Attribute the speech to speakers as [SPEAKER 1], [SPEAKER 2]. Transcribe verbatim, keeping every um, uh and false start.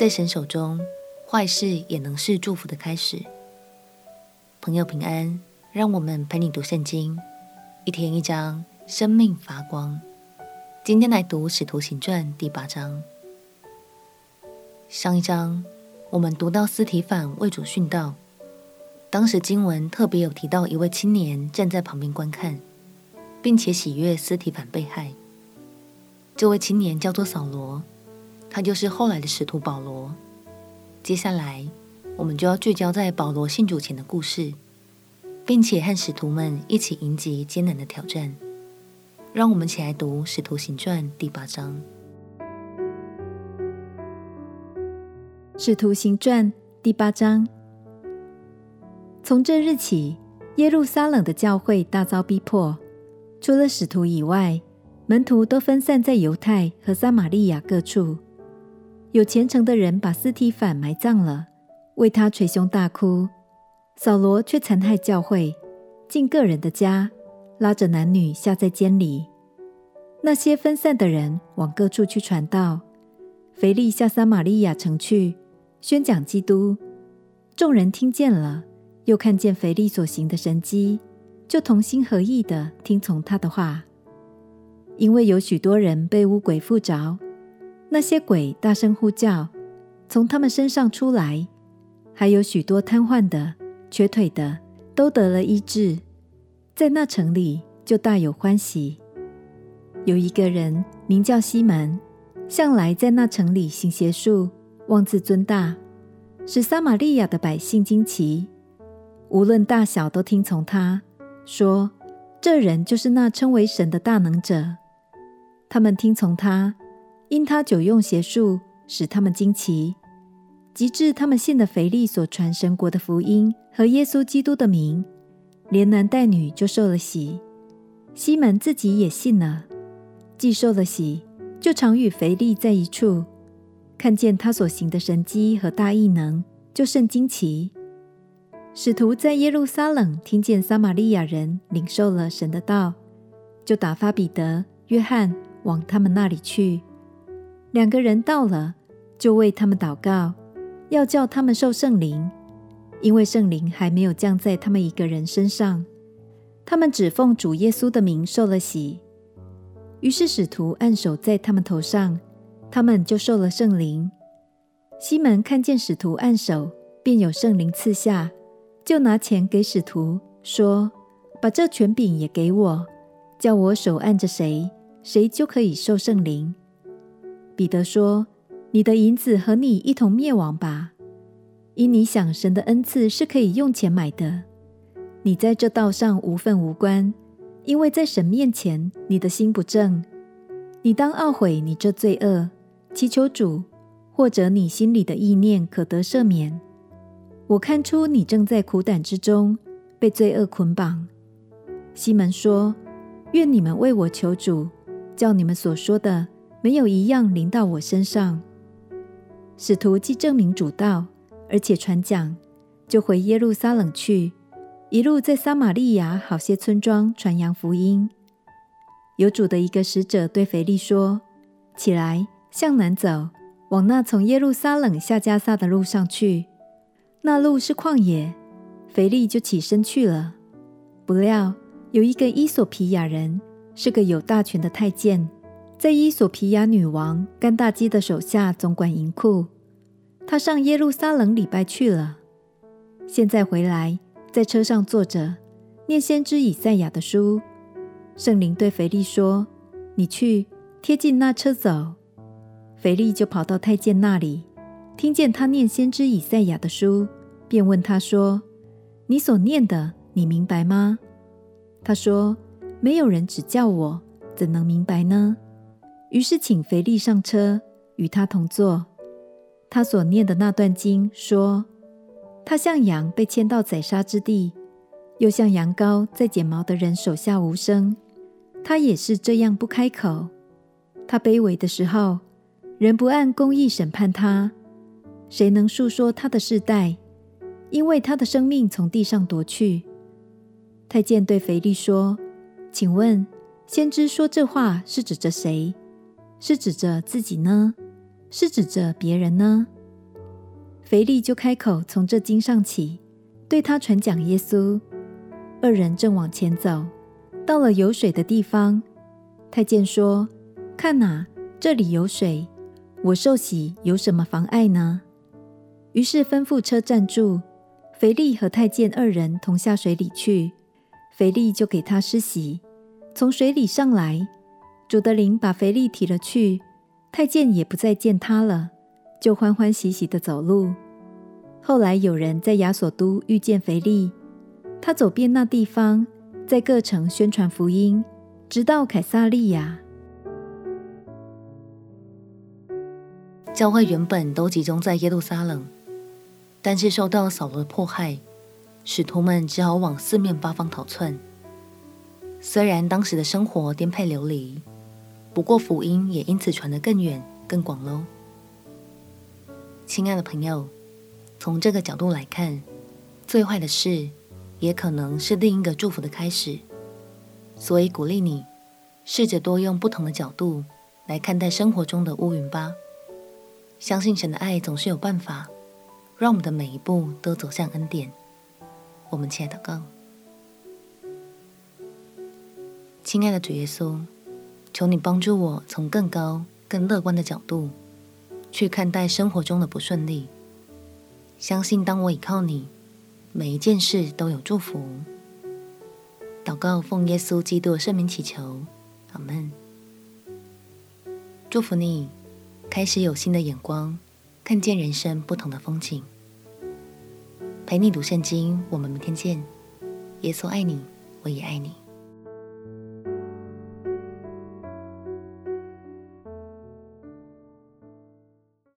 [SPEAKER 1] 在神手中，坏事也能是祝福的开始。朋友平安，让我们陪你读圣经，一天一章，生命发光。今天来读《使徒行传》第八章。上一章我们读到司提反为主殉道，当时经文特别有提到一位青年站在旁边观看，并且喜悦司提反被害。这位青年叫做扫罗，他就是后来的使徒保罗。接下来我们就要聚焦在保罗信主前的故事，并且和使徒们一起迎击艰难的挑战。让我们一起来读《使徒行传》第八章。
[SPEAKER 2] 《使徒行传》第八章。从这日起，耶路撒冷的教会大遭逼迫，除了使徒以外，门徒都分散在犹太和撒玛利亚各处。有虔诚的人把司提反埋葬了，为他捶胸大哭。扫罗却残害教会，进个人的家，拉着男女下在监里。那些分散的人往各处去传道。腓利下撒玛利亚城去，宣讲基督。众人听见了，又看见腓利所行的神迹，就同心合意地听从他的话。因为有许多人被污鬼附着，那些鬼大声呼叫，从他们身上出来，还有许多瘫痪的、瘸腿的都得了医治。在那城里就大有欢喜。有一个人名叫西门，向来在那城里行邪术，妄自尊大，使撒玛利亚的百姓惊奇，无论大小都听从他，说这人就是那称为神的大能者。他们听从他，因他久用邪术，使他们惊奇，及至他们信了腓利所传神国的福音和耶稣基督的名，连男带女就受了洗。西门自己也信了，既受了洗，就常与腓利在一处，看见他所行的神迹和大异能，就甚惊奇。使徒在耶路撒冷听见撒玛利亚人领受了神的道，就打发彼得、约翰往他们那里去。两个人到了，就为他们祷告，要叫他们受圣灵，因为圣灵还没有降在他们一个人身上。他们只奉主耶稣的名受了洗。于是使徒按手在他们头上，他们就受了圣灵。西门看见使徒按手，便有圣灵赐下，就拿钱给使徒，说：把这权柄也给我，叫我手按着谁，谁就可以受圣灵。彼得说：你的银子和你一同灭亡吧，因你想神的恩赐是可以用钱买的。你在这道上无分无关，因为在神面前你的心不正。你当懊悔你这罪恶，祈求主，或者你心里的意念可得赦免。我看出你正在苦胆之中，被罪恶捆绑。西门说：愿你们为我求主，叫你们所说的没有一样临到我身上。使徒既证明主道，而且传讲，就回耶路撒冷去，一路在撒玛利亚好些村庄传扬福音。有主的一个使者对腓利说：起来，向南走，往那从耶路撒冷下迦撒的路上去，那路是旷野。腓利就起身去了。不料有一个伊索皮亚人，是个有大权的太监，在伊索皮亚女王甘大基的手下总管银库。他上耶路撒冷礼拜去了，现在回来，在车上坐着，念先知以赛亚的书。圣灵对腓利说：你去，贴近那车走。腓利就跑到太监那里，听见他念先知以赛亚的书，便问他说：你所念的，你明白吗？他说：没有人指教我，怎能明白呢？于是请腓利上车，与他同坐。他所念的那段经说：他像羊被牵到宰杀之地，又像羊羔在剪毛的人手下无声，他也是这样不开口。他卑微的时候，人不按公义审判他，谁能述说他的世代？因为他的生命从地上夺去。太监对腓利说：请问先知说这话是指着谁？是指着自己呢？是指着别人呢？ 腓利就开口从这经上起，对他传讲耶稣。二人正往前走，到了有水的地方，太监说：看哪，这里有水，我受洗有什么妨碍呢？于是吩咐车站住，腓利和太监二人同下水里去，腓利就给他施洗，从水里上来。主的灵把腓利提了去，太监也不再见他了，就欢欢喜喜地走路。后来有人在亚索都遇见腓利，他走遍那地方，在各城宣传福音，直到凯撒利亚。
[SPEAKER 1] 教会原本都集中在耶路撒冷，但是受到扫罗的迫害，使徒们只好往四面八方逃窜。虽然当时的生活颠沛流离，不过福音也因此传得更远更广喽。亲爱的朋友，从这个角度来看，最坏的事也可能是另一个祝福的开始。所以鼓励你试着多用不同的角度来看待生活中的乌云吧。相信神的爱总是有办法，让我们的每一步都走向恩典。我们亲爱的祷告。亲爱的主耶稣，求你帮助我从更高更乐观的角度去看待生活中的不顺利，相信当我倚靠你，每一件事都有祝福。祷告奉耶稣基督的圣名祈求，阿们。祝福你开始有新的眼光，看见人生不同的风景。陪你读圣经，我们明天见。耶稣爱你，我也爱你。